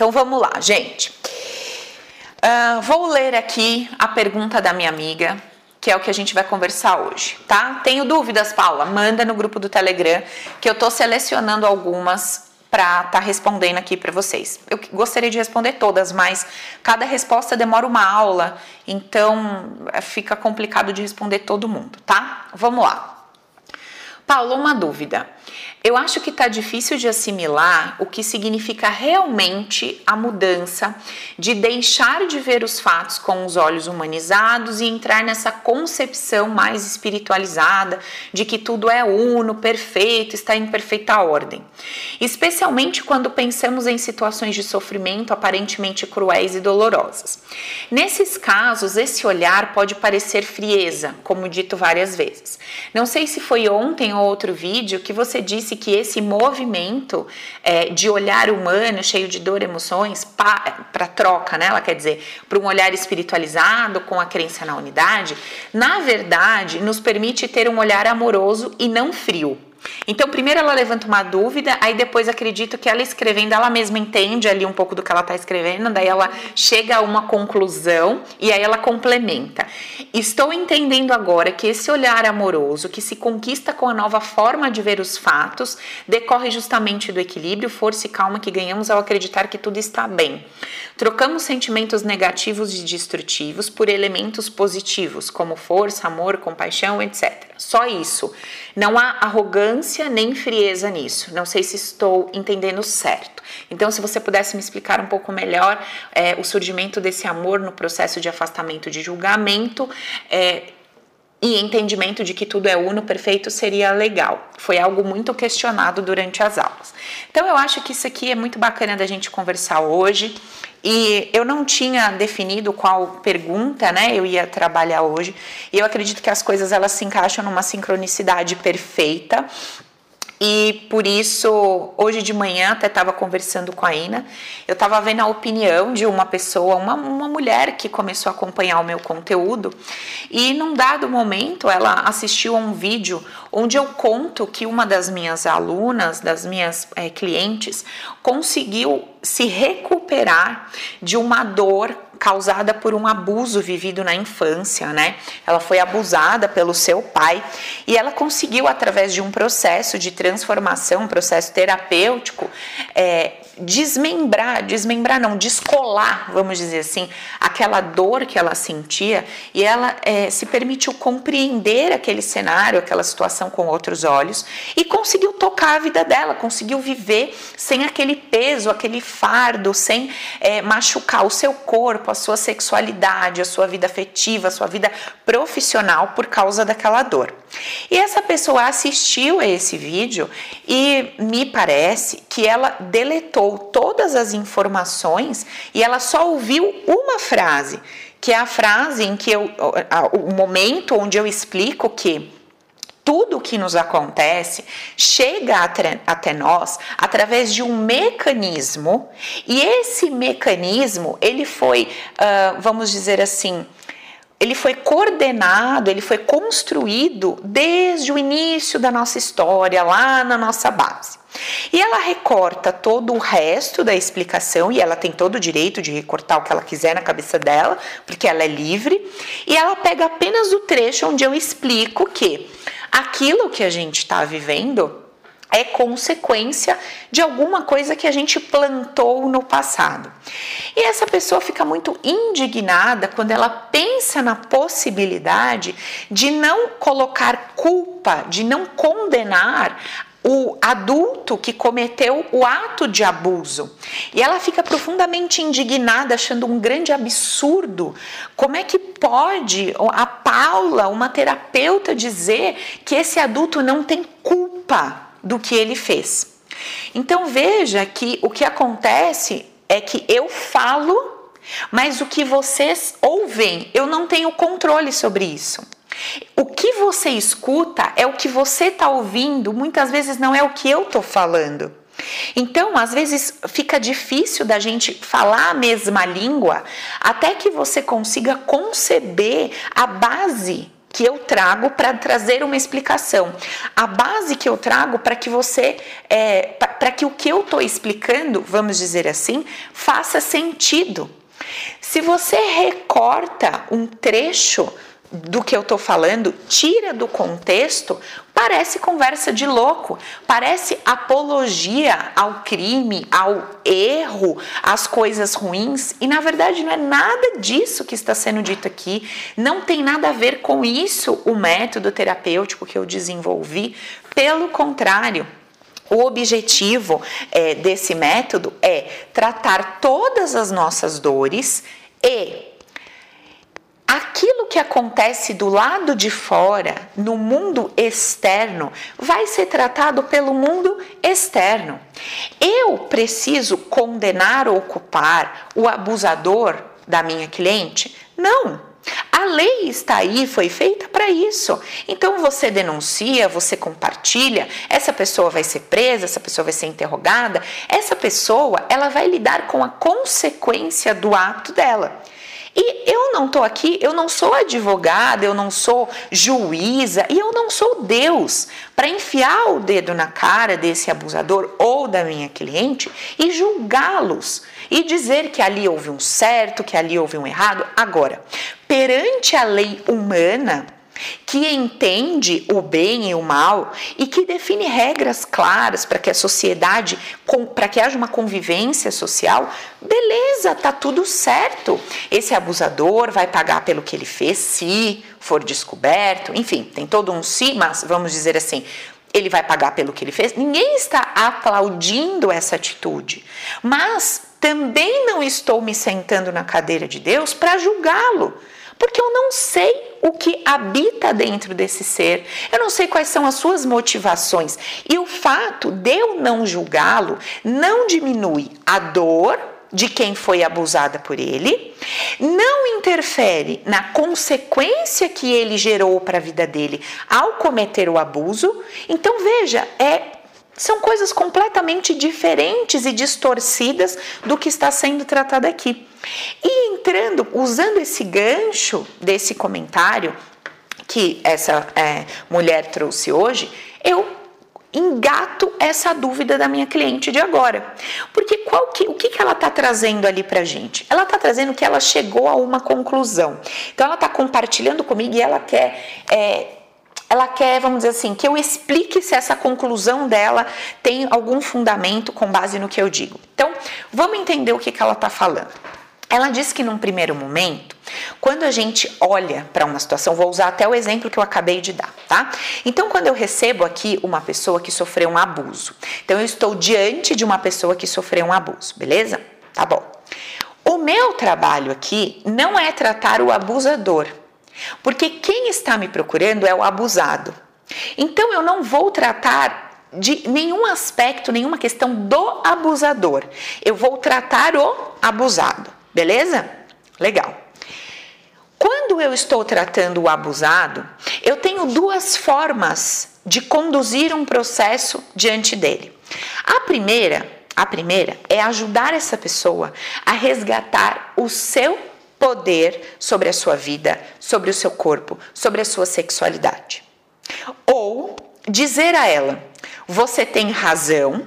Então vamos lá, gente. Vou ler aqui a pergunta da minha amiga, que é o que a gente vai conversar hoje, tá? Tenho dúvidas, Paula? Manda no grupo do Telegram, que eu tô selecionando algumas para estar respondendo aqui para vocês. Eu gostaria de responder todas, mas cada resposta demora uma aula, então fica complicado de responder todo mundo, tá? Vamos lá. Paula, uma dúvida. Eu acho que está difícil de assimilar o que significa realmente a mudança de deixar de ver os fatos com os olhos humanizados e entrar nessa concepção mais espiritualizada de que tudo é uno, perfeito, está em perfeita ordem. Especialmente quando pensamos em situações de sofrimento aparentemente cruéis e dolorosas. Nesses casos, esse olhar pode parecer frieza, como dito várias vezes. Não sei se foi ontem ou outro vídeo que você disse que esse movimento de olhar humano, cheio de dor e emoções, para troca, né? Ela quer dizer, para um olhar espiritualizado, com a crença na unidade, na verdade, nos permite ter um olhar amoroso e não frio. Então, primeiro ela levanta uma dúvida, aí depois acredito que ela escrevendo, ela mesma entende ali um pouco do que ela está escrevendo, daí ela chega a uma conclusão e aí ela complementa. Estou entendendo agora que esse olhar amoroso que se conquista com a nova forma de ver os fatos decorre justamente do equilíbrio, força e calma que ganhamos ao acreditar que tudo está bem. Trocamos sentimentos negativos e destrutivos por elementos positivos, como força, amor, compaixão, etc. Só isso. Não há arrogância nem frieza nisso. Não sei se estou entendendo certo. Então, se você pudesse me explicar um pouco melhor o surgimento desse amor no processo de afastamento de julgamento e entendimento de que tudo é uno, perfeito, seria legal. Foi algo muito questionado durante as aulas. Então, eu acho que isso aqui é muito bacana da gente conversar hoje. E eu não tinha definido qual pergunta, né, eu ia trabalhar hoje. E eu acredito que as coisas, elas se encaixam numa sincronicidade perfeita. E por isso, hoje de manhã, até estava conversando com a Ina, eu estava vendo a opinião de uma pessoa, uma mulher que começou a acompanhar o meu conteúdo, e num dado momento ela assistiu a um vídeo onde eu conto que uma das minhas alunas, das minhas clientes, conseguiu se recuperar de uma dor causada por um abuso vivido na infância, né? Ela foi abusada pelo seu pai e ela conseguiu, através de um processo de transformação, um processo terapêutico, descolar, vamos dizer assim, aquela dor que ela sentia, e ela se permitiu compreender aquele cenário, aquela situação com outros olhos e conseguiu tocar a vida dela, conseguiu viver sem aquele peso, aquele fardo, sem machucar o seu corpo, a sua sexualidade, a sua vida afetiva, a sua vida profissional por causa daquela dor. E essa pessoa assistiu a esse vídeo e me parece que ela deletou todas as informações e ela só ouviu uma frase, que é a frase em que o momento onde eu explico que tudo o que nos acontece chega até nós através de um mecanismo, e esse mecanismo, ele foi, vamos dizer assim, ele foi coordenado, ele foi construído desde o início da nossa história, lá na nossa base. E ela recorta todo o resto da explicação, e ela tem todo o direito de recortar o que ela quiser na cabeça dela, porque ela é livre, e ela pega apenas o trecho onde eu explico que aquilo que a gente está vivendo é consequência de alguma coisa que a gente plantou no passado. E essa pessoa fica muito indignada quando ela pensa na possibilidade de não colocar culpa, de não condenar o adulto que cometeu o ato de abuso. E ela fica profundamente indignada, achando um grande absurdo. Como é que pode a Paula, uma terapeuta, dizer que esse adulto não tem culpa do que ele fez? Então veja que o que acontece é que eu falo, mas o que vocês ouvem, eu não tenho controle sobre isso. O que você escuta é o que você está ouvindo, muitas vezes não é o que eu estou falando. Então, às vezes fica difícil da gente falar a mesma língua até que você consiga conceber a base que eu trago para trazer uma explicação, a base que eu trago para que você, para que o que eu estou explicando, vamos dizer assim, faça sentido. Se você recorta um trecho do que eu tô falando, tira do contexto, parece conversa de louco, parece apologia ao crime, ao erro, às coisas ruins, e na verdade não é nada disso que está sendo dito aqui, não tem nada a ver com isso o método terapêutico que eu desenvolvi, pelo contrário. O objetivo desse método é tratar todas as nossas dores e aquilo que acontece do lado de fora, no mundo externo, vai ser tratado pelo mundo externo. Eu preciso condenar ou culpar o abusador da minha cliente? Não. A lei está aí, foi feita para isso. Então você denuncia, você compartilha, essa pessoa vai ser presa, essa pessoa vai ser interrogada, essa pessoa ela vai lidar com a consequência do ato dela. E eu não estou aqui, eu não sou advogada, eu não sou juíza e eu não sou Deus para enfiar o dedo na cara desse abusador ou da minha cliente e julgá-los e dizer que ali houve um certo, que ali houve um errado. Agora, perante a lei humana, que entende o bem e o mal e que define regras claras para que a sociedade, para que haja uma convivência social, beleza, tá tudo certo. Esse abusador vai pagar pelo que ele fez, se for descoberto, enfim, tem todo um se, mas vamos dizer assim, ele vai pagar pelo que ele fez. Ninguém está aplaudindo essa atitude, mas também não estou me sentando na cadeira de Deus para julgá-lo. Porque eu não sei o que habita dentro desse ser, eu não sei quais são as suas motivações. E o fato de eu não julgá-lo não diminui a dor de quem foi abusada por ele, não interfere na consequência que ele gerou para a vida dele ao cometer o abuso. Então veja, são coisas completamente diferentes e distorcidas do que está sendo tratado aqui. E usando esse gancho desse comentário que essa mulher trouxe hoje, eu engato essa dúvida da minha cliente de agora. Porque o que ela está trazendo ali pra gente? Ela está trazendo que ela chegou a uma conclusão. Então ela está compartilhando comigo e ela quer, vamos dizer assim, que eu explique se essa conclusão dela tem algum fundamento com base no que eu digo. Então, vamos entender o que ela está falando. Ela diz que num primeiro momento, quando a gente olha para uma situação, vou usar até o exemplo que eu acabei de dar, tá? Então, quando eu recebo aqui uma pessoa que sofreu um abuso, então eu estou diante de uma pessoa que sofreu um abuso, beleza? Tá bom. O meu trabalho aqui não é tratar o abusador, porque quem está me procurando é o abusado. Então, eu não vou tratar de nenhum aspecto, nenhuma questão do abusador. Eu vou tratar o abusado, beleza? Legal. Quando eu estou tratando o abusado, eu tenho duas formas de conduzir um processo diante dele. A primeira é ajudar essa pessoa a resgatar o seu poder sobre a sua vida, sobre o seu corpo, sobre a sua sexualidade. Ou dizer a ela, você tem razão,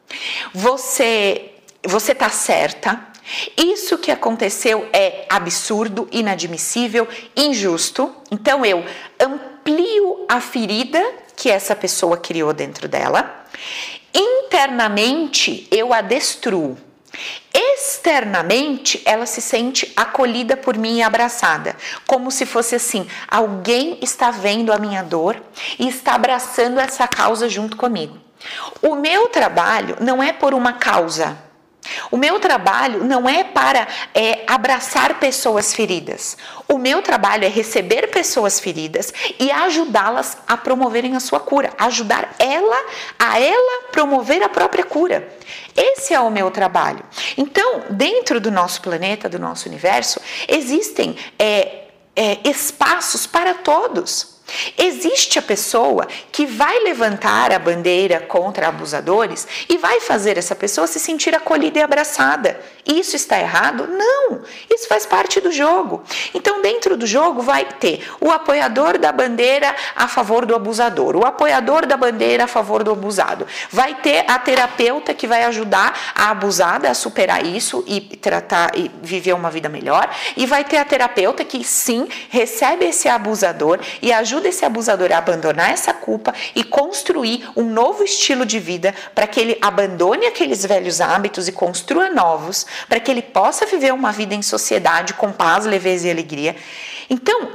você tá certa, isso que aconteceu é absurdo, inadmissível, injusto. Então eu amplio a ferida que essa pessoa criou dentro dela. Internamente eu a destruo. Externamente ela se sente acolhida por mim e abraçada, como se fosse assim, alguém está vendo a minha dor e está abraçando essa causa junto comigo. O meu trabalho não é por uma causa. O meu trabalho não é para abraçar pessoas feridas. O meu trabalho é receber pessoas feridas e ajudá-las a promoverem a sua cura, ajudar a ela promover a própria cura. Esse é o meu trabalho. Então, dentro do nosso planeta, do nosso universo, existem espaços para todos. Existe a pessoa que vai levantar a bandeira contra abusadores e vai fazer essa pessoa se sentir acolhida e abraçada. Isso está errado? Não! Isso faz parte do jogo. Então, dentro do jogo vai ter o apoiador da bandeira a favor do abusador, o apoiador da bandeira a favor do abusado. Vai ter a terapeuta que vai ajudar a abusada a superar isso e tratar e viver uma vida melhor. E vai ter a terapeuta que, sim, recebe esse abusador e ajuda esse abusador a abandonar essa culpa e construir um novo estilo de vida para que ele abandone aqueles velhos hábitos e construa novos, para que ele possa viver uma vida em sociedade com paz, leveza e alegria. Então,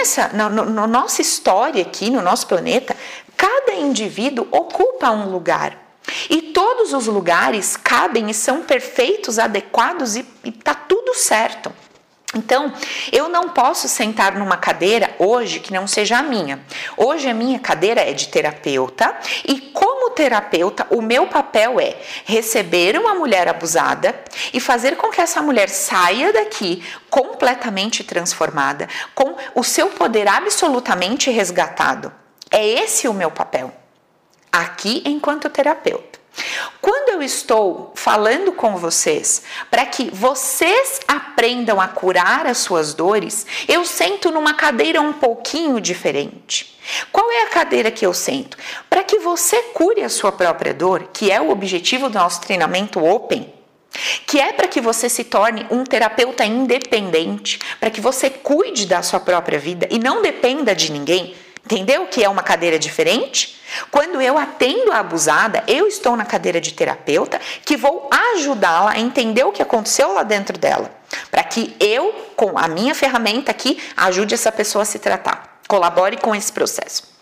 na nossa história aqui, no nosso planeta, cada indivíduo ocupa um lugar. E todos os lugares cabem e são perfeitos, adequados e está tudo certo. Então, eu não posso sentar numa cadeira hoje que não seja a minha. Hoje a minha cadeira é de terapeuta e como terapeuta o meu papel é receber uma mulher abusada e fazer com que essa mulher saia daqui completamente transformada, com o seu poder absolutamente resgatado. É esse o meu papel, aqui enquanto terapeuta. Quando eu estou falando com vocês para que vocês aprendam a curar as suas dores, eu sento numa cadeira um pouquinho diferente. Qual é a cadeira que eu sento? Para que você cure a sua própria dor, que é o objetivo do nosso treinamento Open, que é para que você se torne um terapeuta independente, para que você cuide da sua própria vida e não dependa de ninguém. Entendeu que é uma cadeira diferente? Quando eu atendo a abusada, eu estou na cadeira de terapeuta que vou ajudá-la a entender o que aconteceu lá dentro dela, para que eu, com a minha ferramenta aqui, ajude essa pessoa a se tratar, colabore com esse processo.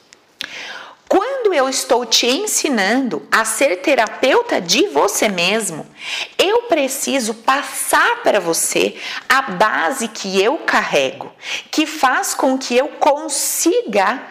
Quando eu estou te ensinando a ser terapeuta de você mesmo, eu preciso passar para você a base que eu carrego, que faz com que eu consiga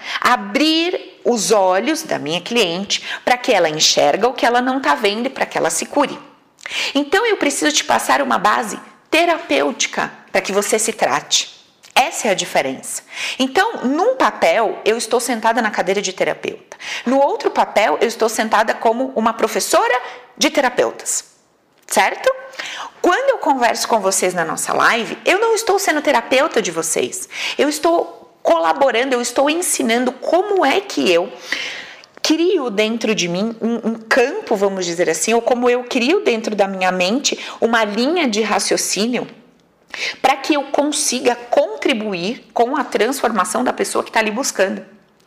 abrir os olhos da minha cliente para que ela enxergue o que ela não está vendo e para que ela se cure. Então eu preciso te passar uma base terapêutica para que você se trate. Essa é a diferença. Então, num papel, eu estou sentada na cadeira de terapeuta. No outro papel, eu estou sentada como uma professora de terapeutas. Certo? Quando eu converso com vocês na nossa live, eu não estou sendo terapeuta de vocês. Eu estou colaborando, eu estou ensinando como é que eu crio dentro de mim um campo, vamos dizer assim, ou como eu crio dentro da minha mente uma linha de raciocínio para que eu consiga contribuir com a transformação da pessoa que está ali buscando.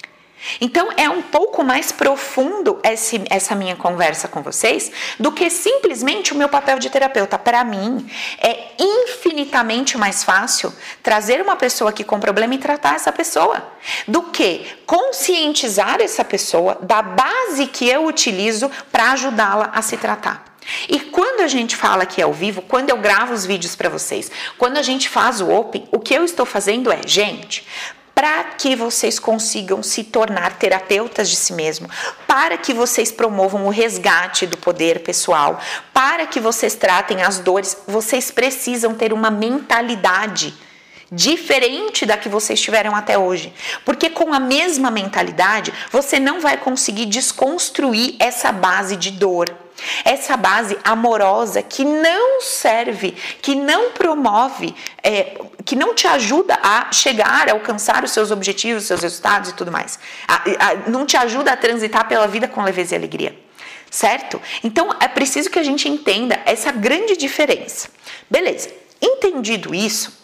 Então, é um pouco mais profundo essa minha conversa com vocês do que simplesmente o meu papel de terapeuta. Para mim, é infinitamente mais fácil trazer uma pessoa aqui com problema e tratar essa pessoa do que conscientizar essa pessoa da base que eu utilizo para ajudá-la a se tratar. E quando a gente fala aqui ao vivo, quando eu gravo os vídeos para vocês, quando a gente faz o Open, o que eu estou fazendo é, gente, para que vocês consigam se tornar terapeutas de si mesmo, para que vocês promovam o resgate do poder pessoal, para que vocês tratem as dores, vocês precisam ter uma mentalidade diferente da que vocês tiveram até hoje. Porque com a mesma mentalidade, você não vai conseguir desconstruir essa base de dor. Essa base amorosa que não serve, que não promove, que não te ajuda a chegar, a alcançar os seus objetivos, os seus resultados e tudo mais. Não te ajuda a transitar pela vida com leveza e alegria. Certo? Então, é preciso que a gente entenda essa grande diferença. Beleza, entendido isso,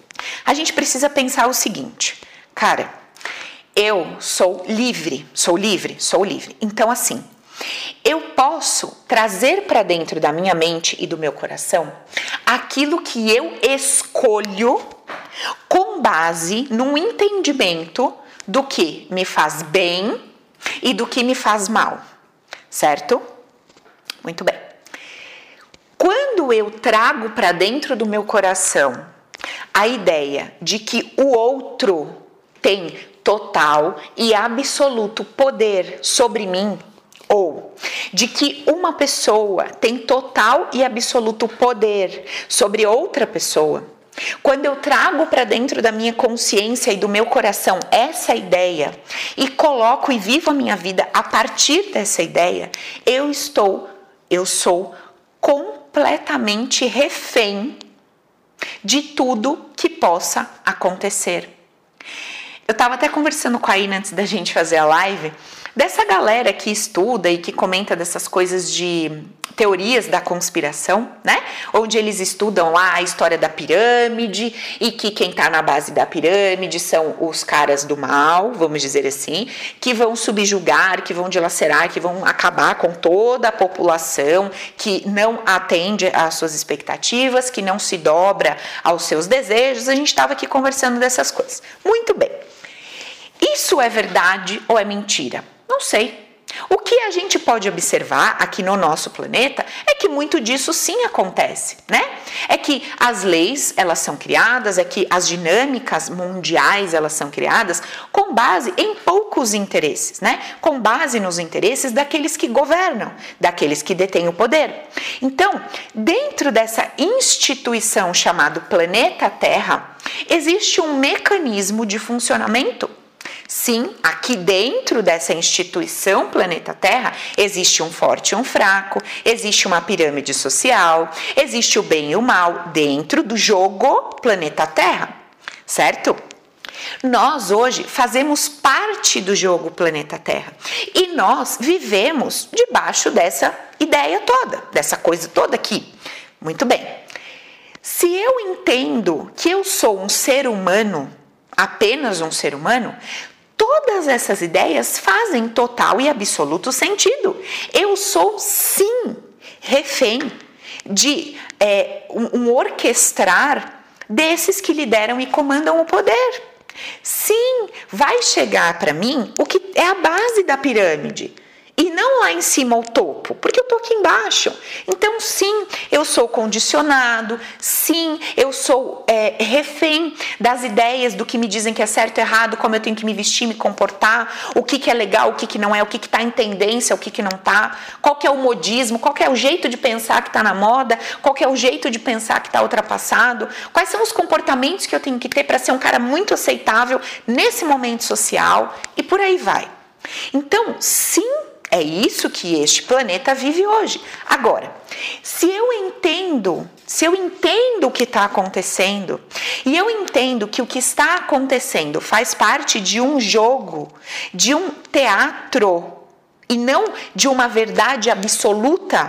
a gente precisa pensar o seguinte. Cara, eu sou livre. Então, assim, eu posso trazer para dentro da minha mente e do meu coração aquilo que eu escolho com base num entendimento do que me faz bem e do que me faz mal, certo? Muito bem. Quando eu trago para dentro do meu coração a ideia de que o outro tem total e absoluto poder sobre mim, ou de que uma pessoa tem total e absoluto poder sobre outra pessoa, quando eu trago para dentro da minha consciência e do meu coração essa ideia e coloco e vivo a minha vida a partir dessa ideia, eu sou completamente refém de tudo que possa acontecer. Eu estava até conversando com a Ina antes da gente fazer a live, dessa galera que estuda e que comenta dessas coisas de teorias da conspiração, né? Onde eles estudam lá a história da pirâmide e que quem está na base da pirâmide são os caras do mal, vamos dizer assim, que vão subjugar, que vão dilacerar, que vão acabar com toda a população, que não atende às suas expectativas, que não se dobra aos seus desejos. A gente estava aqui conversando dessas coisas. Muito bem. Isso é verdade ou é mentira? Não sei. O que a gente pode observar aqui no nosso planeta é que muito disso sim acontece, né? É que as leis, elas são criadas, é que as dinâmicas mundiais, elas são criadas com base em poucos interesses, né? Com base nos interesses daqueles que governam, daqueles que detêm o poder. Então, dentro dessa instituição chamada planeta Terra, existe um mecanismo de funcionamento. Sim, aqui dentro dessa instituição Planeta Terra, existe um forte e um fraco, existe uma pirâmide social, existe o bem e o mal dentro do jogo Planeta Terra, certo? Nós hoje fazemos parte do jogo Planeta Terra e nós vivemos debaixo dessa ideia toda, dessa coisa toda aqui. Muito bem. Se eu entendo que eu sou um ser humano, apenas um ser humano, todas essas ideias fazem total e absoluto sentido. Eu sou, sim, refém de um orquestrar desses que lideram e comandam o poder. Sim, vai chegar para mim o que é a base da pirâmide. E não lá em cima o topo, porque eu estou aqui embaixo. Então, sim, eu sou condicionado, sim, eu sou refém das ideias do que me dizem que é certo e errado, como eu tenho que me vestir, me comportar, o que é legal, o que não é, o que está em tendência, o que não está, qual que é o modismo, qual que é o jeito de pensar que está na moda, qual que é o jeito de pensar que está ultrapassado, quais são os comportamentos que eu tenho que ter para ser um cara muito aceitável nesse momento social e por aí vai. Então, sim, é isso que este planeta vive hoje. Agora, se eu entendo o que está acontecendo, e eu entendo que o que está acontecendo faz parte de um jogo, de um teatro, e não de uma verdade absoluta,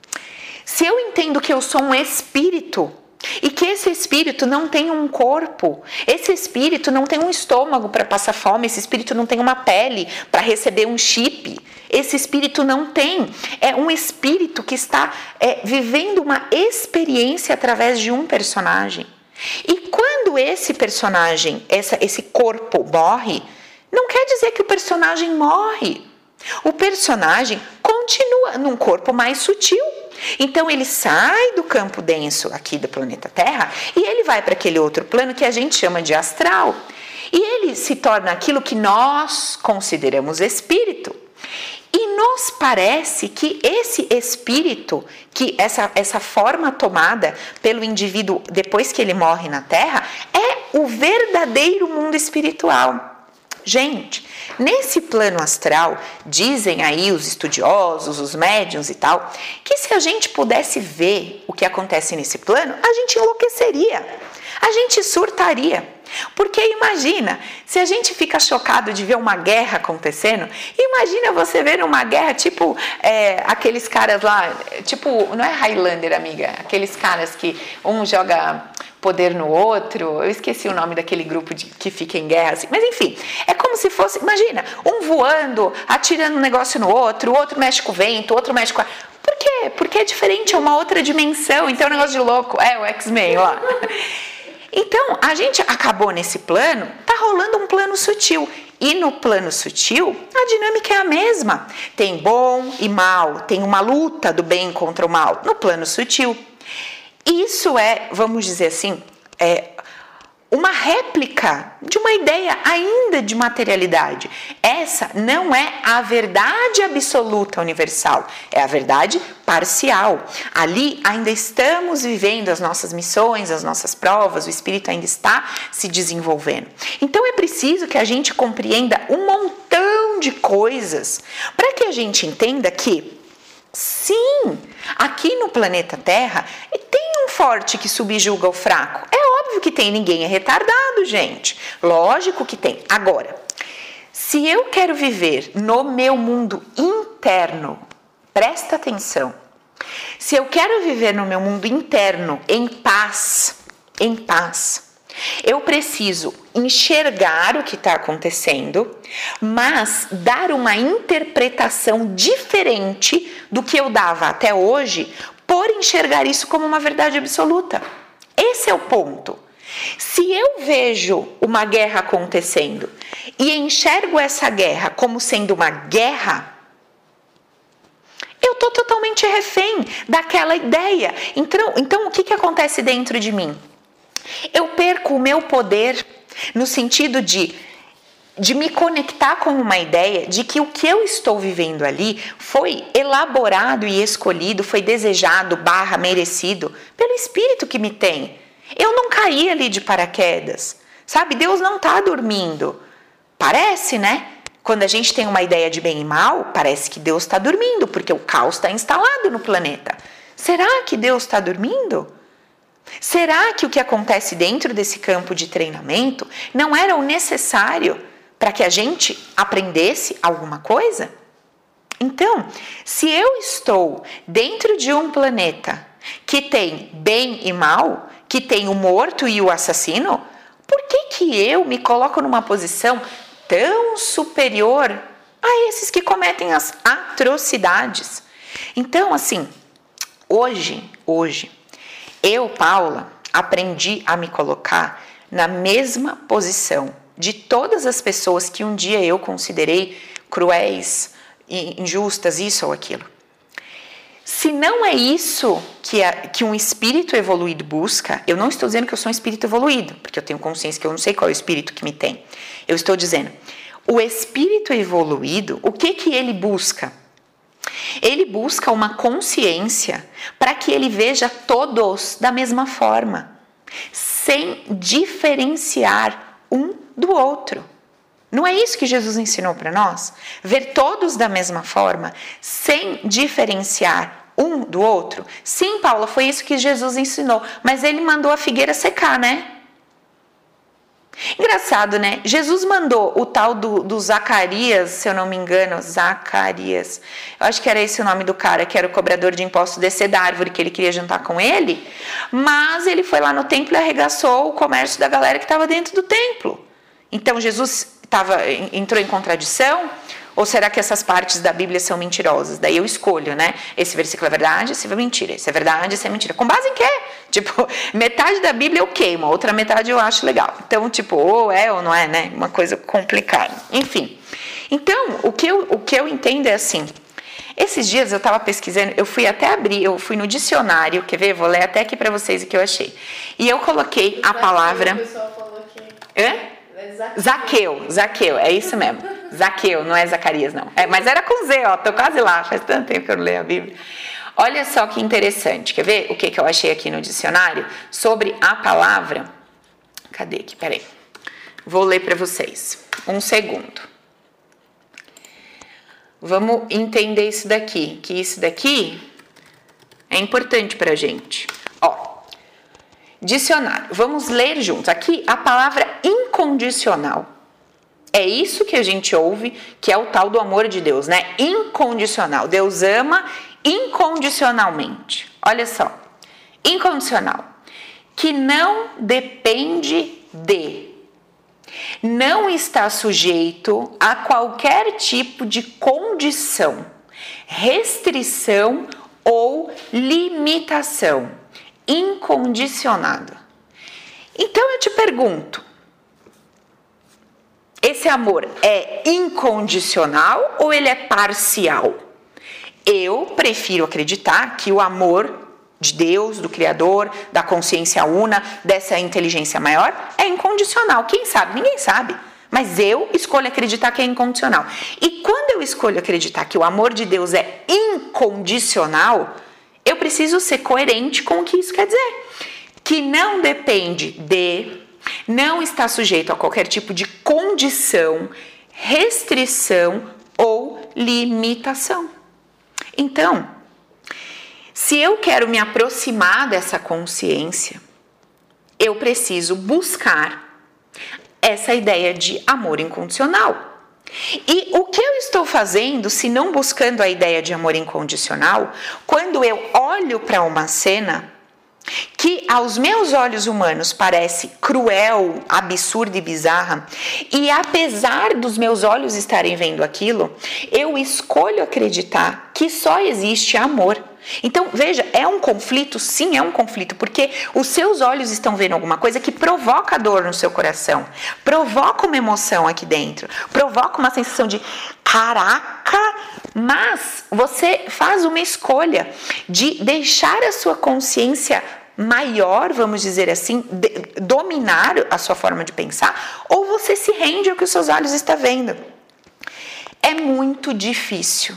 se eu entendo que eu sou um espírito, e que esse espírito não tem um corpo, esse espírito não tem um estômago para passar fome, esse espírito não tem uma pele para receber um chip, esse espírito não tem, é um espírito que está vivendo uma experiência através de um personagem. E quando esse personagem, esse corpo morre, não quer dizer que o personagem morre. O personagem continua num corpo mais sutil. Então ele sai do campo denso aqui do planeta Terra e ele vai para aquele outro plano que a gente chama de astral. E ele se torna aquilo que nós consideramos espírito. E nos parece que esse espírito, que essa forma tomada pelo indivíduo depois que ele morre na Terra, é o verdadeiro mundo espiritual. Gente, nesse plano astral, dizem aí os estudiosos, os médiuns e tal, que se a gente pudesse ver o que acontece nesse plano, a gente enlouqueceria, a gente surtaria. Porque imagina, se a gente fica chocado de ver uma guerra acontecendo, imagina você ver uma guerra tipo aqueles caras lá, tipo, não é Highlander, amiga, aqueles caras que um joga poder no outro, eu esqueci o nome daquele grupo que fica em guerra, assim. Mas enfim, é como se fosse, imagina, um voando, atirando um negócio no outro, o outro mexe com o vento, o outro mexe com a... Por quê? Porque é diferente, é uma outra dimensão, então é um negócio de louco, o X-Men lá. Então, a gente acabou nesse plano, tá rolando um plano sutil. E no plano sutil, a dinâmica é a mesma. Tem bom e mal, tem uma luta do bem contra o mal no plano sutil. Isso é, vamos dizer assim, uma réplica de uma ideia ainda de materialidade. Essa não é a verdade absoluta universal, é a verdade parcial. Ali ainda estamos vivendo as nossas missões, as nossas provas, o espírito ainda está se desenvolvendo. Então é preciso que a gente compreenda um montão de coisas para que a gente entenda que sim, aqui no planeta Terra tem um forte que subjuga o fraco. É óbvio que tem, ninguém é retardado, gente. Lógico que tem. Agora, se eu quero viver no meu mundo interno, presta atenção. Se eu quero viver no meu mundo interno em paz, eu preciso enxergar o que está acontecendo, mas dar uma interpretação diferente do que eu dava até hoje, por enxergar isso como uma verdade absoluta. Esse é o ponto. Se eu vejo uma guerra acontecendo e enxergo essa guerra como sendo uma guerra, eu estou totalmente refém daquela ideia. Então o que acontece dentro de mim? Eu perco o meu poder no sentido de me conectar com uma ideia de que o que eu estou vivendo ali foi elaborado e escolhido, foi desejado, merecido pelo Espírito que me tem. Eu não caí ali de paraquedas, sabe? Deus não está dormindo. Parece, né? Quando a gente tem uma ideia de bem e mal, parece que Deus está dormindo, porque o caos está instalado no planeta. Será que Deus está dormindo? Será que o que acontece dentro desse campo de treinamento não era o necessário para que a gente aprendesse alguma coisa? Então, se eu estou dentro de um planeta que tem bem e mal, que tem o morto e o assassino, por que eu me coloco numa posição tão superior a esses que cometem as atrocidades? Então, assim, hoje, eu, Paula, aprendi a me colocar na mesma posição de todas as pessoas que um dia eu considerei cruéis, injustas, isso ou aquilo. Se não é isso que um espírito evoluído busca, eu não estou dizendo que eu sou um espírito evoluído, porque eu tenho consciência que eu não sei qual é o espírito que me tem. Eu estou dizendo, o espírito evoluído, o que ele busca? Ele busca uma consciência para que ele veja todos da mesma forma, sem diferenciar um do outro. Não é isso que Jesus ensinou para nós? Ver todos da mesma forma, sem diferenciar um do outro? Sim, Paula, foi isso que Jesus ensinou, mas ele mandou a figueira secar, né? Engraçado, né? Jesus mandou o tal do Zacarias, se eu não me engano, Zacarias. Eu acho que era esse o nome do cara, que era o cobrador de impostos, descer da árvore, que ele queria jantar com ele. Mas ele foi lá no templo e arregaçou o comércio da galera que estava dentro do templo. Então, Jesus entrou em contradição? Ou será que essas partes da Bíblia são mentirosas? Daí eu escolho, né? Esse versículo é verdade, esse é mentira. Esse é verdade, esse é mentira. Com base em quê? Tipo, metade da Bíblia eu queimo, a outra metade eu acho legal. Então, tipo, ou é ou não é, né? Uma coisa complicada. Enfim. Então, o que eu entendo é assim. Esses dias eu estava pesquisando, eu fui até abrir, eu fui no dicionário, quer ver? Vou ler até aqui para vocês o que eu achei. E eu coloquei a palavra... O pessoal falou aqui. Zaqueu, é isso mesmo. Zaqueu, não é Zacarias, não. Mas era com Z, ó, tô quase lá, faz tanto tempo que eu não leio a Bíblia. Olha só que interessante, quer ver o que eu achei aqui no dicionário sobre a palavra? Cadê aqui? Peraí. Vou ler para vocês. Um segundo. Vamos entender isso daqui, que isso daqui é importante pra gente. Ó, dicionário, vamos ler juntos. Aqui a palavra incondicional. É isso que a gente ouve, que é o tal do amor de Deus, né? Incondicional. Deus ama incondicionalmente. Olha só. Incondicional. Que não depende de. Não está sujeito a qualquer tipo de condição, restrição ou limitação. Incondicionado. Então eu te pergunto, esse amor é incondicional ou ele é parcial? Eu prefiro acreditar que o amor de Deus, do Criador, da consciência una, dessa inteligência maior, é incondicional. Quem sabe? Ninguém sabe. Mas eu escolho acreditar que é incondicional. E quando eu escolho acreditar que o amor de Deus é incondicional, eu preciso ser coerente com o que isso quer dizer. Que não depende de, não está sujeito a qualquer tipo de condição, restrição ou limitação. Então, se eu quero me aproximar dessa consciência, eu preciso buscar essa ideia de amor incondicional. E o que eu estou fazendo, se não buscando a ideia de amor incondicional, quando eu olho para uma cena que aos meus olhos humanos parece cruel, absurda e bizarra, e apesar dos meus olhos estarem vendo aquilo, eu escolho acreditar que só existe amor. Então, veja, é um conflito? Sim, é um conflito, porque os seus olhos estão vendo alguma coisa que provoca dor no seu coração, provoca uma emoção aqui dentro, provoca uma sensação de caraca, mas você faz uma escolha de deixar a sua consciência maior, vamos dizer assim, dominar a sua forma de pensar, ou você se rende ao que os seus olhos estão vendo. É muito difícil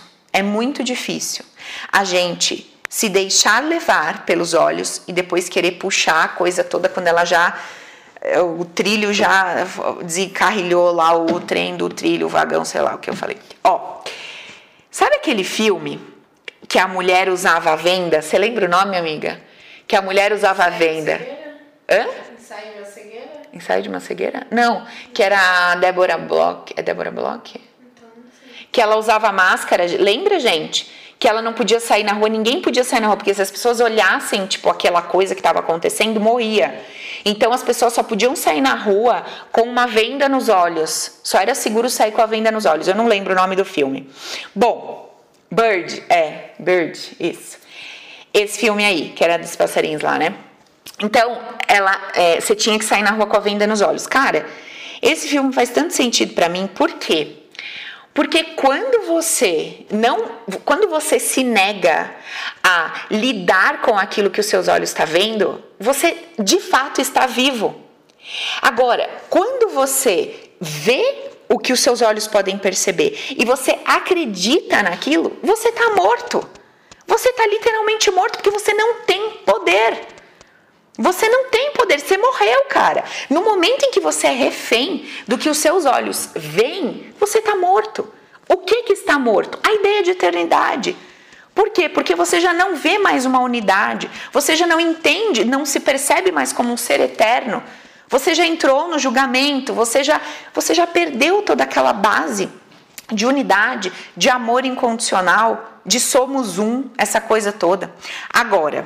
a gente se deixar levar pelos olhos e depois querer puxar a coisa toda quando ela já, o trilho já desencarrilhou lá, o trem do trilho, o vagão, sei lá o que eu falei. Sabe aquele filme que a mulher usava a venda? Você lembra o nome, amiga? Que a mulher usava a venda. Hã? Ensaio de uma cegueira? Ensaio de uma cegueira? Não, que era a Débora Bloch. É Débora Bloch? Então, não sei. Que ela usava máscara. Lembra, gente? Que ela não podia sair na rua, ninguém podia sair na rua, porque se as pessoas olhassem, tipo, aquela coisa que estava acontecendo, morria. Então, as pessoas só podiam sair na rua com uma venda nos olhos. Só era seguro sair com a venda nos olhos. Eu não lembro o nome do filme. Bom, Bird, isso. Esse filme aí, que era dos passarinhos lá, né? Então, você tinha que sair na rua com a venda nos olhos. Cara, esse filme faz tanto sentido pra mim, por quê? Porque quando você se nega a lidar com aquilo que os seus olhos estão vendo, você de fato está vivo. Agora, quando você vê o que os seus olhos podem perceber e você acredita naquilo, você está morto. Você está literalmente morto porque você não tem poder. Você não tem poder, você morreu, cara. No momento em que você é refém do que os seus olhos veem, você está morto. O que está morto? A ideia de eternidade. Por quê? Porque você já não vê mais uma unidade, você já não entende, não se percebe mais como um ser eterno. Você já entrou no julgamento, você já perdeu toda aquela base de unidade, de amor incondicional, de somos um, essa coisa toda. Agora,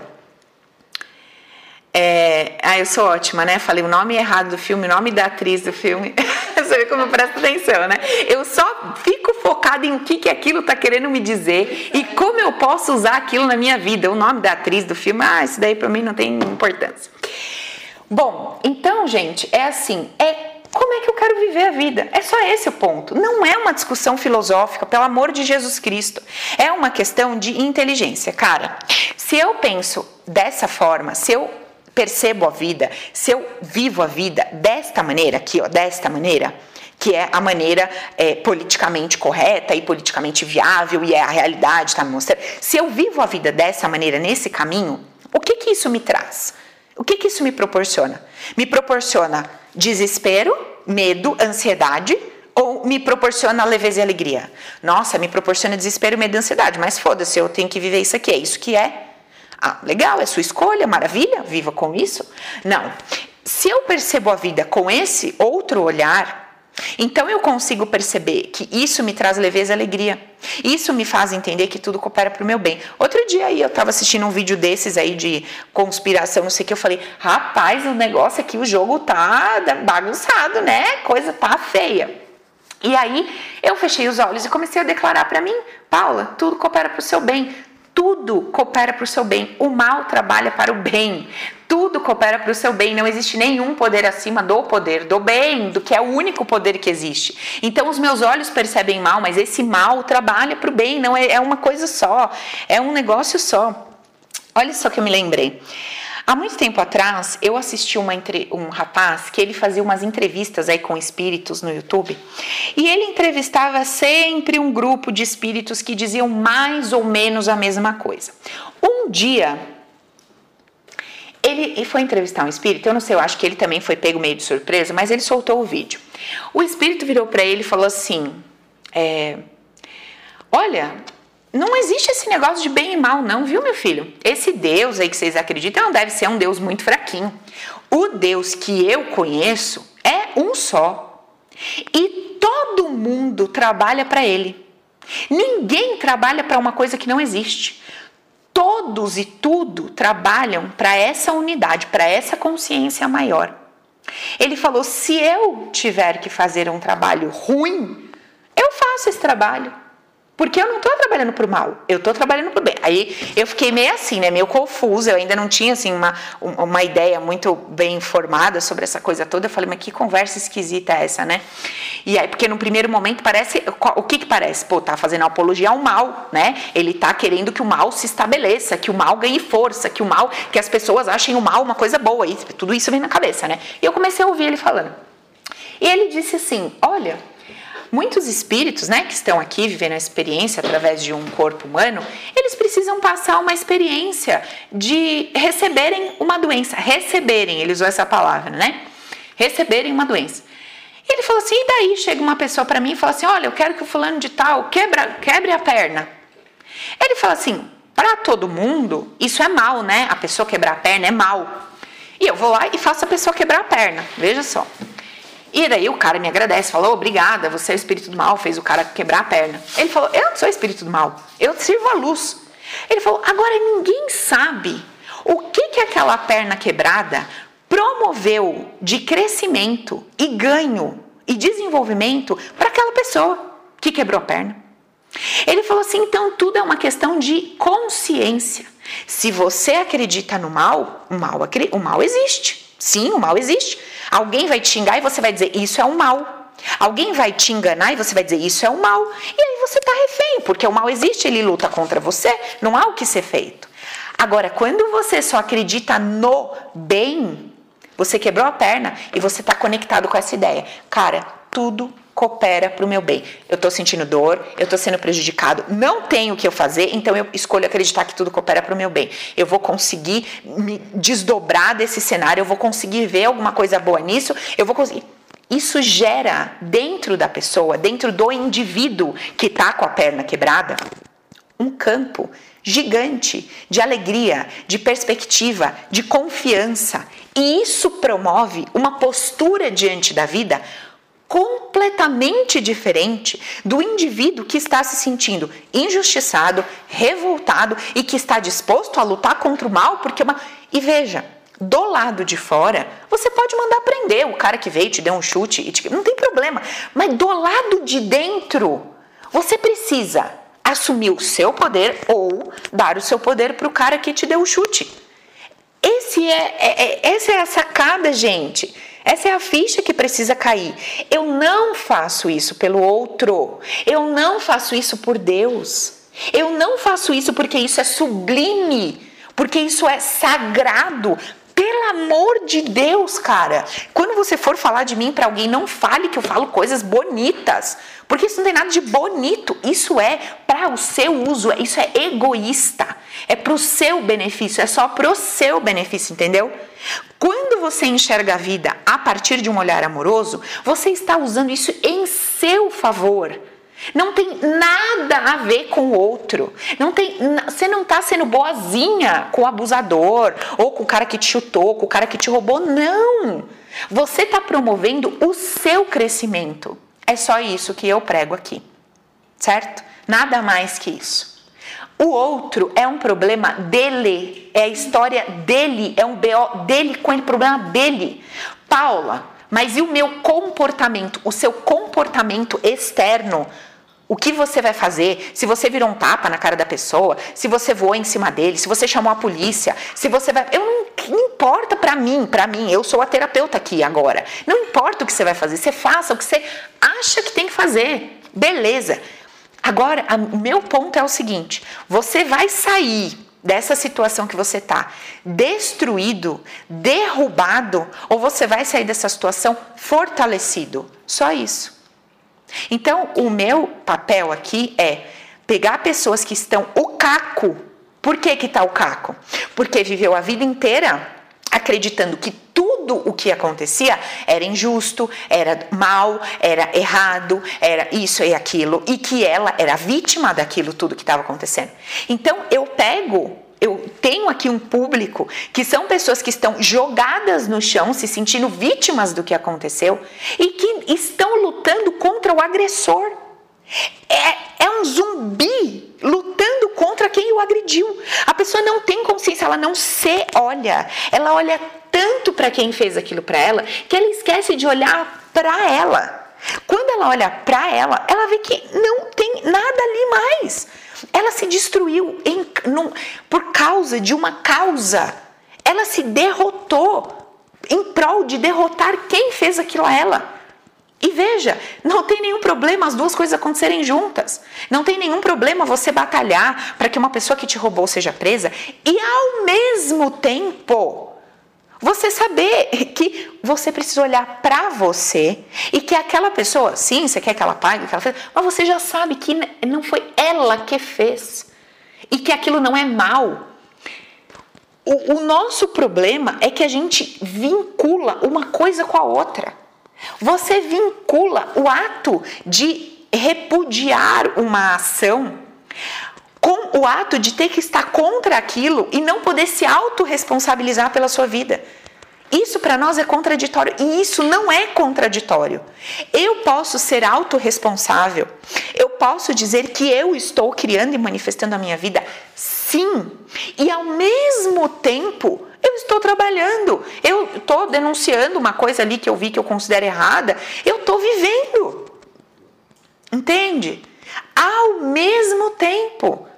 eu sou ótima, né? Falei o nome errado do filme, o nome da atriz do filme. Você vê como eu presto atenção, né? Eu só fico focada em o que aquilo tá querendo me dizer e como eu posso usar aquilo na minha vida. O nome da atriz do filme, isso daí pra mim não tem importância. Bom, então, gente, é assim, como é que eu quero viver a vida? É só esse o ponto. Não é uma discussão filosófica, pelo amor de Jesus Cristo. É uma questão de inteligência. Cara, se eu penso dessa forma, se eu percebo a vida, se eu vivo a vida desta maneira aqui, desta maneira, que é a maneira politicamente correta e politicamente viável e é a realidade, tá me mostrando. Se eu vivo a vida dessa maneira, nesse caminho, o que isso me traz? O que isso me proporciona? Me proporciona desespero, medo, ansiedade ou me proporciona leveza e alegria? Nossa, me proporciona desespero, medo e ansiedade, mas foda-se, eu tenho que viver isso aqui, é isso que é. Legal, é sua escolha, maravilha, viva com isso. Não, se eu percebo a vida com esse outro olhar, então eu consigo perceber que isso me traz leveza e alegria. Isso me faz entender que tudo coopera para o meu bem. Outro dia aí eu estava assistindo um vídeo desses aí de conspiração, não sei o que, eu falei, rapaz, o negócio aqui, o jogo tá bagunçado, né? Coisa tá feia. E aí eu fechei os olhos e comecei a declarar para mim, Paula, tudo coopera para o seu bem. Tudo coopera para o seu bem. O mal trabalha para o bem. Tudo coopera para o seu bem. Não existe nenhum poder acima do poder do bem, do que é o único poder que existe. Então, os meus olhos percebem mal, mas esse mal trabalha para o bem. Não é uma coisa só. É um negócio só. Olha só que eu me lembrei. Há muito tempo atrás, eu assisti um rapaz que ele fazia umas entrevistas aí com espíritos no YouTube. E ele entrevistava sempre um grupo de espíritos que diziam mais ou menos a mesma coisa. Um dia, ele foi entrevistar um espírito, eu não sei, eu acho que ele também foi pego meio de surpresa, mas ele soltou o vídeo. O espírito virou para ele e falou assim, olha, não existe esse negócio de bem e mal não, viu, meu filho? Esse Deus aí que vocês acreditam não deve ser um Deus muito fraquinho. O Deus que eu conheço é um só. E todo mundo trabalha para ele. Ninguém trabalha para uma coisa que não existe. Todos e tudo trabalham para essa unidade, para essa consciência maior. Ele falou, se eu tiver que fazer um trabalho ruim, eu faço esse trabalho. Porque eu não estou trabalhando para o mal, eu estou trabalhando para o bem. Aí eu fiquei meio assim, né, meio confusa, eu ainda não tinha assim, uma ideia muito bem formada sobre essa coisa toda. Eu falei, mas que conversa esquisita é essa, né? E aí, porque no primeiro momento parece, o que parece? Pô, tá fazendo apologia ao mal, né? Ele tá querendo que o mal se estabeleça, que o mal ganhe força, que as pessoas achem o mal uma coisa boa. E tudo isso vem na cabeça, né? E eu comecei a ouvir ele falando. E ele disse assim, olha, muitos espíritos, né, que estão aqui vivendo a experiência através de um corpo humano, eles precisam passar uma experiência de receberem uma doença. Receberem, ele usou essa palavra, né? Receberem uma doença. E ele falou assim, e daí chega uma pessoa para mim e fala assim, olha, eu quero que o fulano de tal quebre a perna. Ele fala assim, para todo mundo, isso é mal, né? A pessoa quebrar a perna é mal. E eu vou lá e faço a pessoa quebrar a perna, veja só. E daí o cara me agradece, falou, obrigada, você é o espírito do mal, fez o cara quebrar a perna. Ele falou, eu não sou espírito do mal, eu sirvo a luz. Ele falou, agora ninguém sabe o que aquela perna quebrada promoveu de crescimento e ganho e desenvolvimento para aquela pessoa que quebrou a perna. Ele falou assim, então tudo é uma questão de consciência. Se você acredita no mal, o mal existe. Sim, o mal existe. Alguém vai te xingar e você vai dizer, isso é um mal. Alguém vai te enganar e você vai dizer, isso é um mal. E aí você está refém, porque o mal existe, ele luta contra você, não há o que ser feito. Agora, quando você só acredita no bem, você quebrou a perna e você está conectado com essa ideia. Cara, tudo coopera para o meu bem. Eu estou sentindo dor, eu estou sendo prejudicado, não tenho o que eu fazer, então eu escolho acreditar que tudo coopera para o meu bem. Eu vou conseguir me desdobrar desse cenário, eu vou conseguir ver alguma coisa boa nisso, eu vou conseguir. Isso gera dentro da pessoa, dentro do indivíduo que está com a perna quebrada, um campo gigante de alegria, de perspectiva, de confiança. E isso promove uma postura diante da vida completamente diferente do indivíduo que está se sentindo injustiçado, revoltado e que está disposto a lutar contra o mal, porque E veja, do lado de fora, você pode mandar prender o cara que veio, te deu um chute, não tem problema, mas do lado de dentro, você precisa assumir o seu poder ou dar o seu poder para o cara que te deu o chute. Essa é a sacada, gente. Essa é a ficha que precisa cair. Eu não faço isso pelo outro. Eu não faço isso por Deus. Eu não faço isso porque isso é sublime. Porque isso é sagrado. Pelo amor de Deus, cara. Quando você for falar de mim para alguém, não fale que eu falo coisas bonitas. Porque isso não tem nada de bonito. Isso é para o seu uso. Isso é egoísta. É para o seu benefício. É só para o seu benefício, entendeu? Quando você enxerga a vida a partir de um olhar amoroso, você está usando isso em seu favor. Não tem nada a ver com o outro. Você não está sendo boazinha com o abusador, ou com o cara que te chutou, com o cara que te roubou. Não! Você está promovendo o seu crescimento. É só isso que eu prego aqui. Certo? Nada mais que isso. O outro é um problema dele, é a história dele, é um BO dele com o problema dele. Paula, mas e o meu comportamento, o seu comportamento externo? O que você vai fazer? Se você virou um tapa na cara da pessoa, se você voou em cima dele, se você chamou a polícia, se você vai... Não importa pra mim, eu sou a terapeuta aqui agora. Não importa o que você vai fazer, você faça o que você acha que tem que fazer. Beleza. Agora, o meu ponto é o seguinte, você vai sair dessa situação que você está destruído, derrubado, ou você vai sair dessa situação fortalecido. Só isso. Então, o meu papel aqui é pegar pessoas que estão o caco. Por que está o caco? Porque viveu a vida inteira acreditando que tudo o que acontecia era injusto, era mal, era errado, era isso e aquilo, e que ela era vítima daquilo tudo que estava acontecendo. Então, eu tenho aqui um público que são pessoas que estão jogadas no chão, se sentindo vítimas do que aconteceu e que estão lutando contra o agressor. É um zumbi lutando contra quem o agrediu. A pessoa não tem consciência, ela não se olha. Ela olha tanto para quem fez aquilo para ela que ela esquece de olhar para ela. Quando ela olha para ela, ela vê que não tem nada ali mais. Ela se destruiu por causa de uma causa. Ela se derrotou em prol de derrotar quem fez aquilo a ela. E veja, não tem nenhum problema as duas coisas acontecerem juntas. Não tem nenhum problema você batalhar para que uma pessoa que te roubou seja presa e ao mesmo tempo você saber que você precisa olhar para você e que aquela pessoa, sim, você quer que ela pague o que ela fez, mas você já sabe que não foi ela que fez e que aquilo não é mal. O nosso problema é que a gente vincula uma coisa com a outra. Você vincula o ato de repudiar uma ação com o ato de ter que estar contra aquilo e não poder se autorresponsabilizar pela sua vida. Isso para nós é contraditório e isso não é contraditório. Eu posso ser autorresponsável, eu posso dizer que eu estou criando e manifestando a minha vida, sim, e ao mesmo tempo eu estou trabalhando, eu estou denunciando uma coisa ali que eu vi que eu considero errada, eu estou vivendo, entende? Ao mesmo tempo,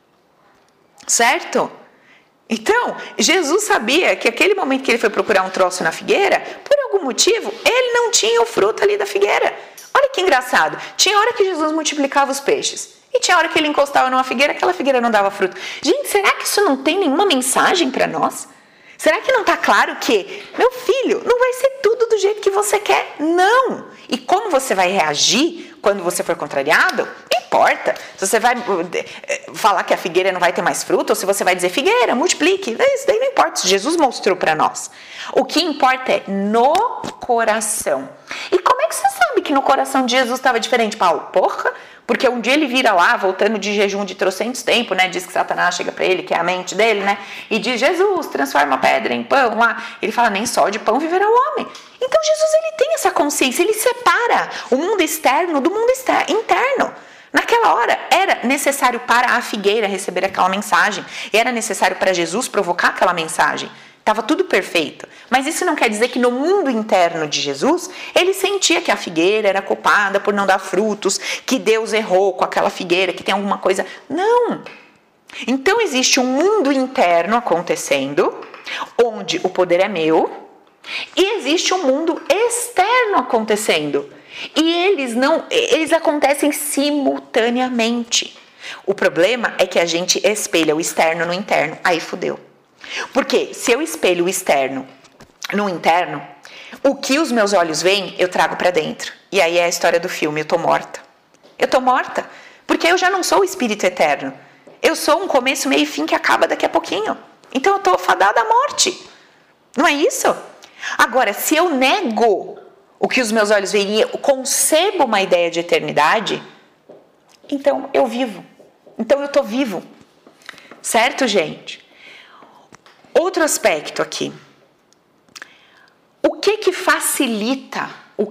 certo? Então, Jesus sabia que aquele momento que ele foi procurar um troço na figueira, por algum motivo, ele não tinha o fruto ali da figueira. Olha que engraçado, tinha hora que Jesus multiplicava os peixes e tinha hora que ele encostava numa figueira, aquela figueira não dava fruto. Gente, será que isso não tem nenhuma mensagem para nós? Será que não está claro que, meu filho, não vai ser tudo do jeito que você quer? Não! E como você vai reagir quando você for contrariado? Não importa. Se você vai falar que a figueira não vai ter mais fruto, ou se você vai dizer, figueira, multiplique, isso daí não importa. Isso Jesus mostrou para nós. O que importa é no coração. E como é que você sabe que no coração de Jesus estava diferente, Paulo? Porra! Porque um dia ele vira lá, voltando de jejum de trocentos tempos, né? Diz que Satanás chega para ele, que é a mente dele, né? E diz, Jesus, transforma a pedra em pão lá. Ele fala, nem só de pão viverá o homem. Então Jesus, ele tem essa consciência, ele separa o mundo externo do mundo interno. Naquela hora, era necessário para a figueira receber aquela mensagem. Era necessário para Jesus provocar aquela mensagem. Estava tudo perfeito. Mas isso não quer dizer que no mundo interno de Jesus, ele sentia que a figueira era culpada por não dar frutos, que Deus errou com aquela figueira, que tem alguma coisa. Não! Então existe um mundo interno acontecendo, onde o poder é meu, e existe um mundo externo acontecendo. E eles acontecem simultaneamente. O problema é que a gente espelha o externo no interno. Aí fudeu. Porque se eu espelho o externo no interno, o que os meus olhos veem, eu trago para dentro. E aí é a história do filme, eu tô morta. Eu tô morta, porque eu já não sou o espírito eterno. Eu sou um começo, meio e fim que acaba daqui a pouquinho. Então eu tô fadada à morte. Não é isso? Agora, se eu nego o que os meus olhos veem e eu concebo uma ideia de eternidade, então eu vivo. Então eu tô vivo. Certo, gente? Outro aspecto aqui. O que facilita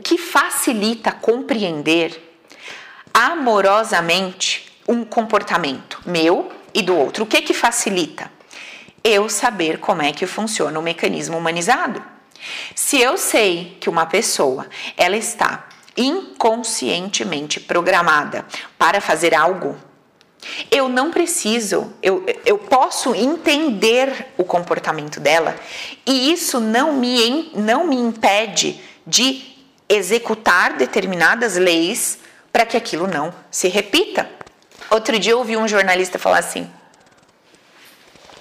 compreender amorosamente um comportamento meu e do outro? O que facilita? Eu saber como é que funciona o mecanismo humanizado. Se eu sei que uma pessoa, ela está inconscientemente programada para fazer algo, eu não preciso, eu posso entender o comportamento dela e isso não me impede de executar determinadas leis para que aquilo não se repita. Outro dia eu ouvi um jornalista falar assim,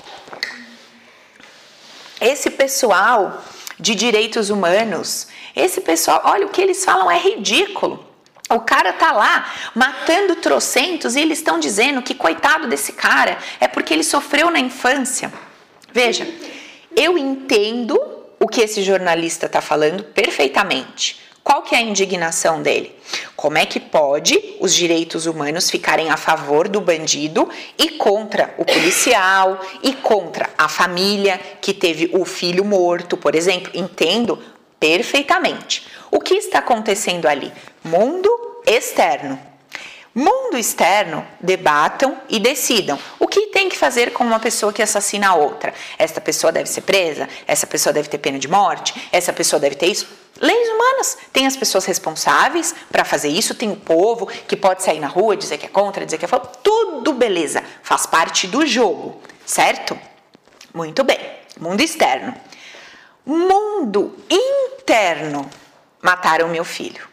esse pessoal de direitos humanos, esse pessoal, olha, o que eles falam é ridículo. O cara tá lá matando trocentos e eles estão dizendo que coitado desse cara, é porque ele sofreu na infância. Veja, eu entendo o que esse jornalista está falando perfeitamente. Qual que é a indignação dele? Como é que pode os direitos humanos ficarem a favor do bandido e contra o policial e contra a família que teve o filho morto, por exemplo? Entendo perfeitamente. O que está acontecendo ali? Mundo externo. Mundo externo, debatam e decidam o que tem que fazer com uma pessoa que assassina a outra. Essa pessoa deve ser presa, essa pessoa deve ter pena de morte, essa pessoa deve ter isso. Leis humanas, tem as pessoas responsáveis para fazer isso, tem o povo que pode sair na rua, dizer que é contra, dizer que é a favor, tudo beleza, faz parte do jogo, certo? Muito bem, mundo externo. Mundo interno, mataram meu filho.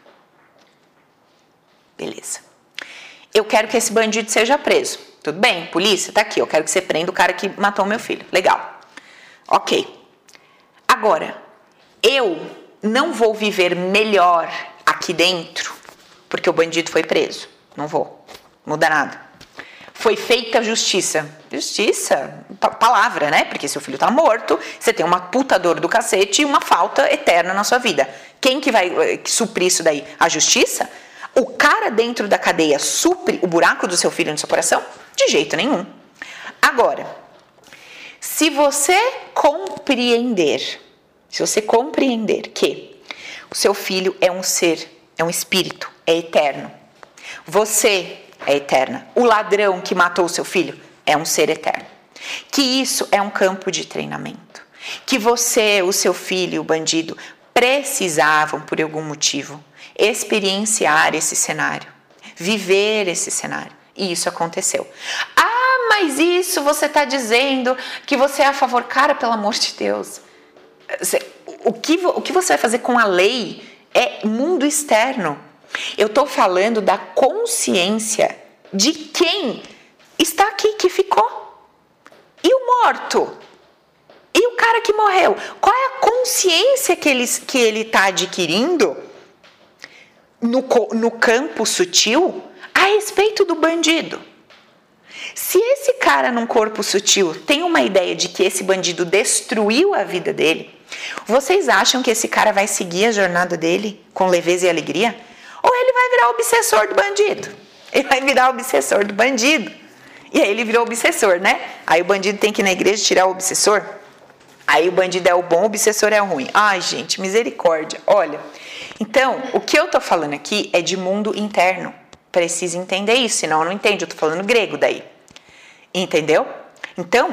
Beleza. Eu quero que esse bandido seja preso. Tudo bem, polícia, tá aqui. Eu quero que você prenda o cara que matou meu filho. Legal. Ok. Agora, eu não vou viver melhor aqui dentro porque o bandido foi preso. Não vou. Não muda nada. Foi feita justiça. Justiça, palavra, né? Porque seu filho tá morto, você tem uma puta dor do cacete e uma falta eterna na sua vida. Quem que vai suprir isso daí? A justiça? O cara dentro da cadeia supre o buraco do seu filho no seu coração? De jeito nenhum. Agora, se você compreender que o seu filho é um ser, é um espírito, é eterno. Você é eterna. O ladrão que matou o seu filho é um ser eterno. Que isso é um campo de treinamento. Que você, o seu filho, o bandido, precisavam, por algum motivo, experienciar esse cenário, viver esse cenário. E isso aconteceu. Ah, mas isso você está dizendo que você é a favor. Cara, pelo amor de Deus. O que você vai fazer com a lei é mundo externo. Eu estou falando da consciência de quem está aqui, que ficou. E o morto? E o cara que morreu? Qual é a consciência que ele está adquirindo no campo sutil a respeito do bandido? Se esse cara num corpo sutil tem uma ideia de que esse bandido destruiu a vida dele, vocês acham que esse cara vai seguir a jornada dele com leveza e alegria? Ou ele vai virar obsessor do bandido? Ele vai virar obsessor do bandido. E aí ele virou obsessor, né? Aí o bandido tem que ir na igreja tirar o obsessor. Aí o bandido é o bom, o obsessor é o ruim. Ai, gente, misericórdia. Olha, então, o que eu tô falando aqui é de mundo interno. Precisa entender isso, senão eu não entendo. Eu tô falando grego daí. Entendeu? Então,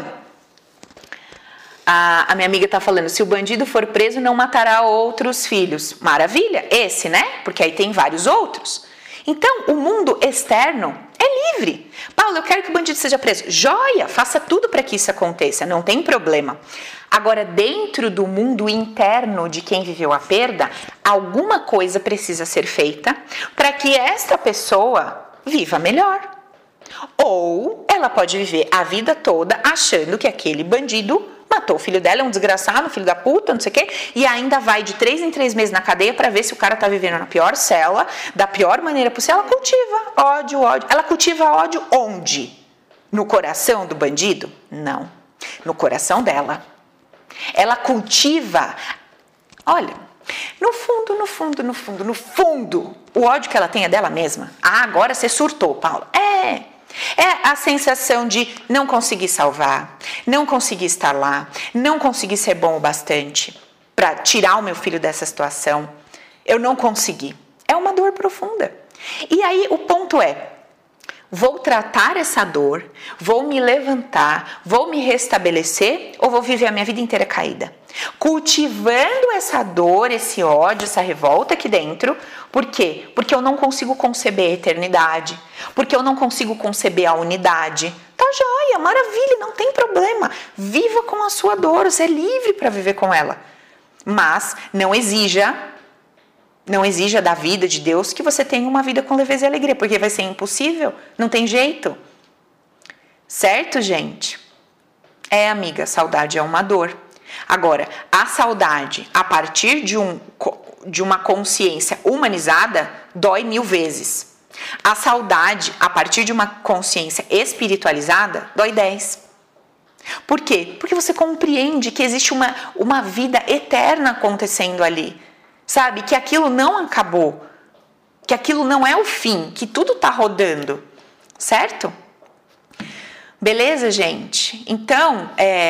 a minha amiga tá falando, se o bandido for preso, não matará outros filhos. Maravilha, esse, né? Porque aí tem vários outros. Então, o mundo externo é livre. Paulo, eu quero que o bandido seja preso. Joia, faça tudo para que isso aconteça, não tem problema. Agora, dentro do mundo interno de quem viveu a perda, alguma coisa precisa ser feita para que esta pessoa viva melhor. Ou ela pode viver a vida toda achando que aquele bandido matou o filho dela, é um desgraçado, um filho da puta, não sei o quê, e ainda vai de 3 em 3 meses na cadeia para ver se o cara tá vivendo na pior cela, da pior maneira possível. Ela cultiva ódio. Ela cultiva ódio onde? No coração do bandido? Não. No coração dela. Ela cultiva, olha, no fundo, o ódio que ela tem é dela mesma. Ah, agora você surtou, Paulo. É a sensação de não conseguir salvar, não conseguir estar lá, não conseguir ser bom o bastante para tirar o meu filho dessa situação. Eu não consegui. É uma dor profunda. E aí o ponto é, vou tratar essa dor, vou me levantar, vou me restabelecer ou vou viver a minha vida inteira caída? Cultivando essa dor, esse ódio, essa revolta aqui dentro. Por quê? Porque eu não consigo conceber a eternidade. Porque eu não consigo conceber a unidade. Tá joia, maravilha, não tem problema. Viva com a sua dor, você é livre para viver com ela. Mas não exija da vida de Deus que você tenha uma vida com leveza e alegria, porque vai ser impossível, não tem jeito. Certo, gente? Amiga, saudade é uma dor. Agora, a saudade a partir de uma consciência humanizada dói 1000 vezes. A saudade a partir de uma consciência espiritualizada dói 10. Por quê? Porque você compreende que existe uma vida eterna acontecendo ali, sabe? Que aquilo não acabou, que aquilo não é o fim, que tudo está rodando, certo? Beleza, gente? Então,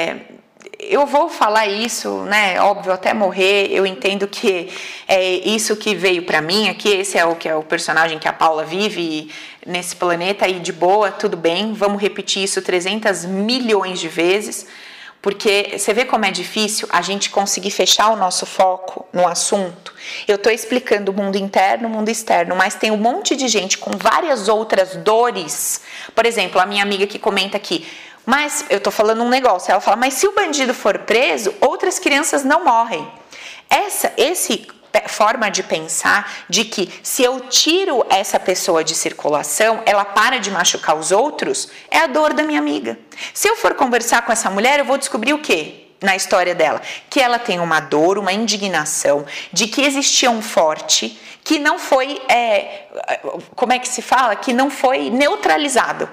eu vou falar isso, né? Óbvio, até morrer. Eu entendo que é isso que veio para mim aqui. Esse é o personagem que a Paula vive nesse planeta e de boa, tudo bem. Vamos repetir isso 300 milhões de vezes, porque você vê como é difícil a gente conseguir fechar o nosso foco no assunto. Eu estou explicando o mundo interno, o mundo externo, mas tem um monte de gente com várias outras dores. Por exemplo, a minha amiga que comenta aqui, mas eu tô falando um negócio, ela fala, mas se o bandido for preso, outras crianças não morrem. Essa forma de pensar de que se eu tiro essa pessoa de circulação, ela para de machucar os outros, é a dor da minha amiga. Se eu for conversar com essa mulher, eu vou descobrir o quê? Na história dela, que ela tem uma dor, uma indignação de que existia um forte que não foi, como é que se fala? Que não foi neutralizado.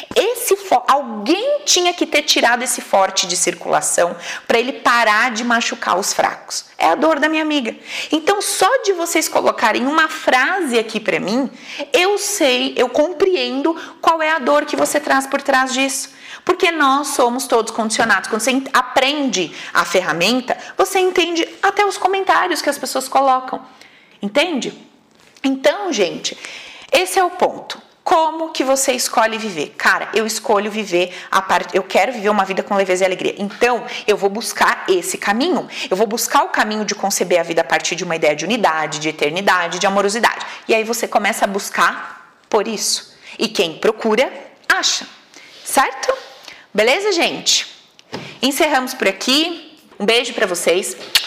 Alguém tinha que ter tirado esse forte de circulação para ele parar de machucar os fracos. É a dor da minha amiga. Então, só de vocês colocarem uma frase aqui para mim, eu compreendo qual é a dor que você traz por trás disso. Porque nós somos todos condicionados. Quando você aprende a ferramenta, você entende até os comentários que as pessoas colocam. Entende? Então, gente, esse é o ponto. Como que você escolhe viver? Cara, eu escolho viver, eu quero viver uma vida com leveza e alegria. Então, eu vou buscar esse caminho. Eu vou buscar o caminho de conceber a vida a partir de uma ideia de unidade, de eternidade, de amorosidade. E aí você começa a buscar por isso. E quem procura, acha. Certo? Beleza, gente? Encerramos por aqui. Um beijo pra vocês.